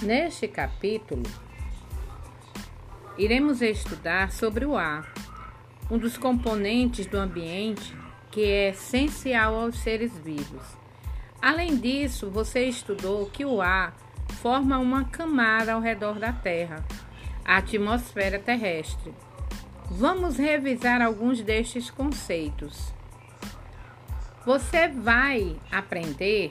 Neste capítulo, iremos estudar sobre o ar, um dos componentes do ambiente que é essencial aos seres vivos. Além disso, você estudou que o ar forma uma camada ao redor da Terra, a atmosfera terrestre. Vamos revisar alguns destes conceitos. Você vai aprender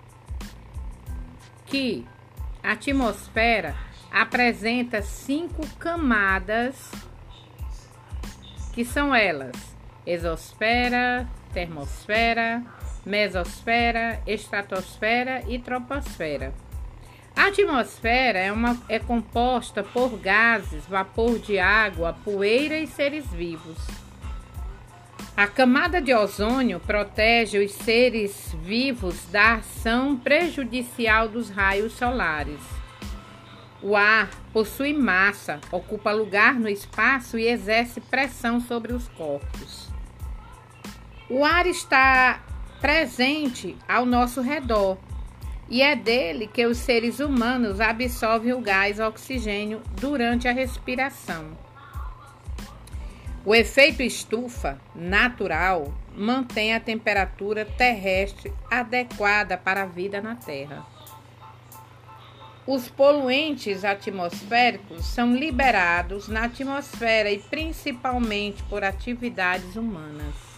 que a atmosfera apresenta 5 camadas, que são elas: exosfera, termosfera, mesosfera, estratosfera e troposfera. A atmosfera é composta por gases, vapor de água, poeira e seres vivos. A camada de ozônio protege os seres vivos da ação prejudicial dos raios solares. O ar possui massa, ocupa lugar no espaço e exerce pressão sobre os corpos. O ar está presente ao nosso redor e é dele que os seres humanos absorvem o gás oxigênio durante a respiração. O efeito estufa natural mantém a temperatura terrestre adequada para a vida na Terra. Os poluentes atmosféricos são liberados na atmosfera e principalmente por atividades humanas.